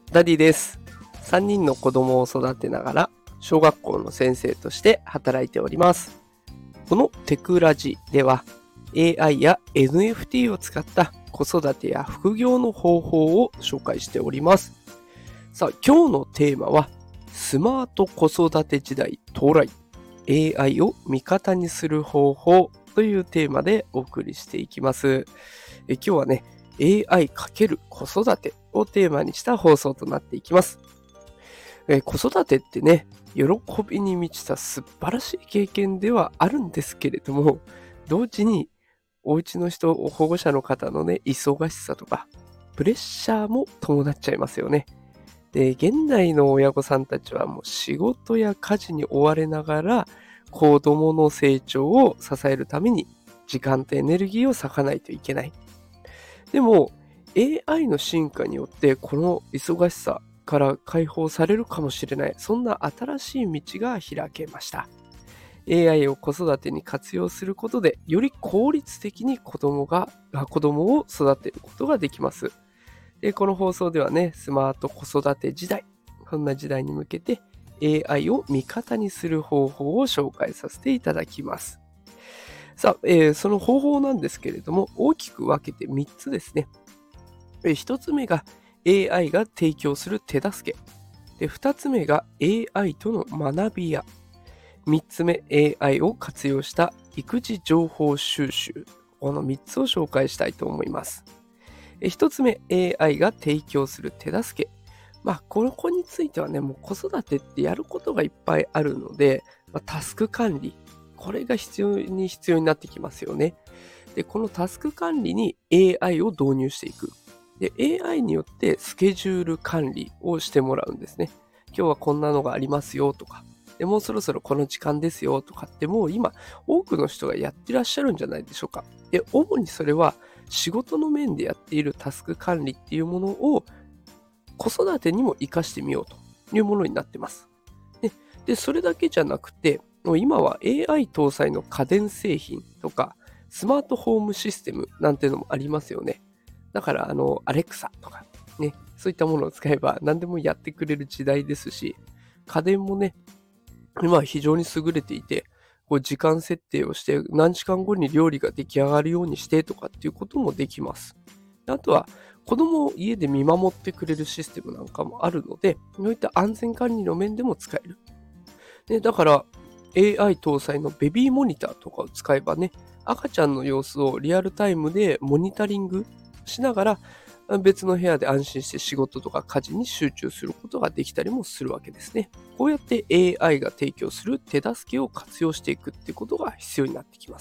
ダディです。3人の子供を育てながら小学校の先生として働いております。このテクラジでは AI や NFT を使った子育てや副業の方法を紹介しております。さあ、今日のテーマはスマート子育て時代到来、 AI を味方にする方法というテーマでお送りしていきます。今日はね、AI× 子育てをテーマにした放送となっていきます。子育てってね、喜びに満ちた素晴らしい経験ではあるんですけれども、同時にお家の人、保護者の方のね、忙しさとか、プレッシャーも伴っちゃいますよね。で、現代の親御さんたちはもう仕事や家事に追われながら、子供の成長を支えるために、時間とエネルギーを割かないといけない。でも、AI の進化によってこの忙しさから解放されるかもしれない、そんな新しい道が開けました。AI を子育てに活用することで、より効率的に子供を育てることができます。で、この放送ではね、スマート子育て時代、こんな時代に向けて AI を味方にする方法を紹介させていただきます。さあ、その方法なんですけれども、大きく分けて3つですね。1つ目が AI が提供する手助け。で、2つ目が AI との学びや、3つ目 AI を活用した育児情報収集。この3つを紹介したいと思います。1つ目 AI が提供する手助け。ここについてはね、もう子育てってやることがいっぱいあるので、タスク管理。これが必要になってきますよね。で、このタスク管理に AI を導入していく。で、AI によってスケジュール管理をしてもらうんですね。今日はこんなのがありますよとか、でもうそろそろこの時間ですよとかってもう今多くの人がやってらっしゃるんじゃないでしょうか。で、主にそれは仕事の面でやっているタスク管理っていうものを子育てにも活かしてみようというものになってます。で、それだけじゃなくて、もう今は AI 搭載の家電製品とかスマートホームシステムなんていうのもありますよね。だから、アレクサとか、ね、そういったものを使えば何でもやってくれる時代ですし、家電もね、今は非常に優れていて、こう時間設定をして何時間後に料理が出来上がるようにしてとかっていうこともできます。あとは、子供を家で見守ってくれるシステムなんかもあるので、そういった安全管理の面でも使える。だから AI 搭載のベビーモニターとかを使えばね、赤ちゃんの様子をリアルタイムでモニタリングしながら、別の部屋で安心して仕事とか家事に集中することができたりもするわけですね。こうやって AI が提供する手助けを活用していくってことが必要になってきます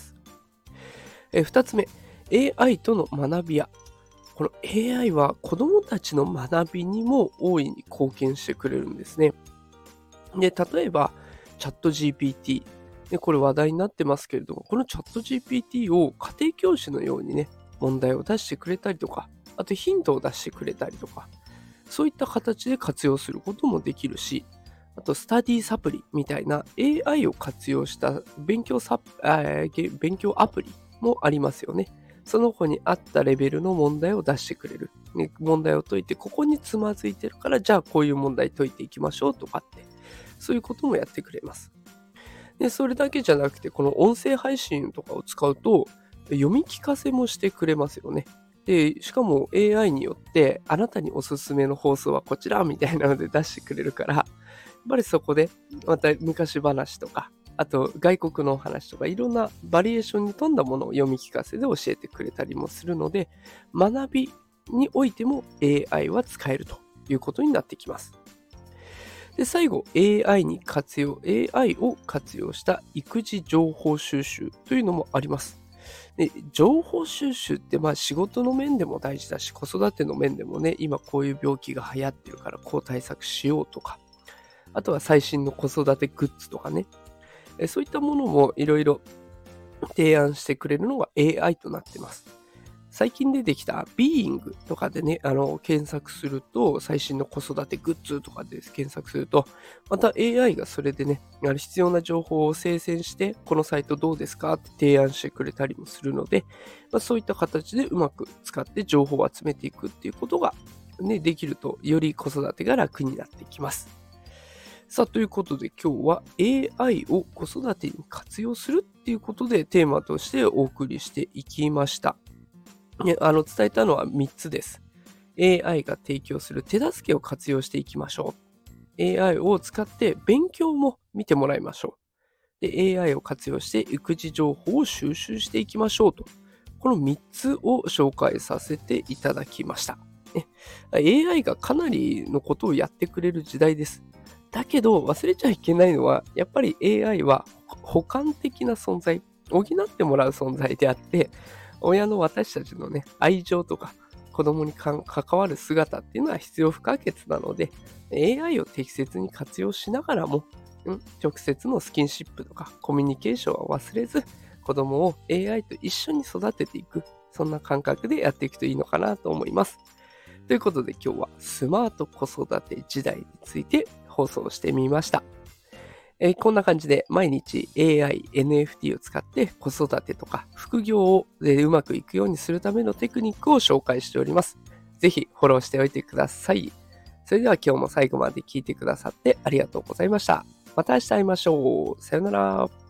。2つ目、AI との学びや、この AI は子どもたちの学びにも大いに貢献してくれるんですね。で、例えば、チャット GPT。で、これ話題になってますけれども、このチャット GPT を家庭教師のようにね、問題を出してくれたりとか、あとヒントを出してくれたりとか、そういった形で活用することもできるし、あとスタディサプリみたいな AI を活用した勉強アプリもありますよね。その子に合ったレベルの問題を出してくれる。ね、問題を解いて、ここにつまずいてるから、じゃあこういう問題解いていきましょうとかって、そういうこともやってくれます。で、それだけじゃなくて、この音声配信とかを使うと、読み聞かせもしてくれますよね。で、しかも AI によって、あなたにおすすめの放送はこちらみたいなので出してくれるから、やっぱりそこで、また昔話とか、あと外国のお話とか、いろんなバリエーションに富んだものを読み聞かせで教えてくれたりもするので、学びにおいても AI は使えるということになってきます。で、最後、AI を活用した育児情報収集というのもあります。で、情報収集って仕事の面でも大事だし、子育ての面でもね、今こういう病気が流行ってるからこう対策しようとか、あとは最新の子育てグッズとかね、そういったものもいろいろ提案してくれるのが AI となってます。最近出てきた Being とかでね、検索すると、最新の子育てグッズとかで検索すると、また AI がそれでね、必要な情報を精選して、このサイトどうですかって提案してくれたりもするので、そういった形でうまく使って情報を集めていくっていうことがね、できるとより子育てが楽になってきます。さあ、ということで今日は AI を子育てに活用するっていうことでテーマとしてお送りしていきました。伝えたのは3つです。AI が提供する手助けを活用していきましょう。AI を使って勉強も見てもらいましょう。で、AI を活用して育児情報を収集していきましょうと。この3つを紹介させていただきました。AI がかなりのことをやってくれる時代です。だけど忘れちゃいけないのは、やっぱり AI は補完的な存在、補ってもらう存在であって、親の私たちのね、愛情とか子供に関わる姿っていうのは必要不可欠なので、AI を適切に活用しながらも、直接のスキンシップとかコミュニケーションは忘れず、子供を AI と一緒に育てていく、そんな感覚でやっていくといいのかなと思います。ということで今日はスマート子育て時代について放送してみました。こんな感じで毎日 AI、NFT を使って子育てとか副業をうまくいくようにするためのテクニックを紹介しております。ぜひフォローしておいてください。それでは今日も最後まで聞いてくださってありがとうございました。また明日会いましょう。さよなら。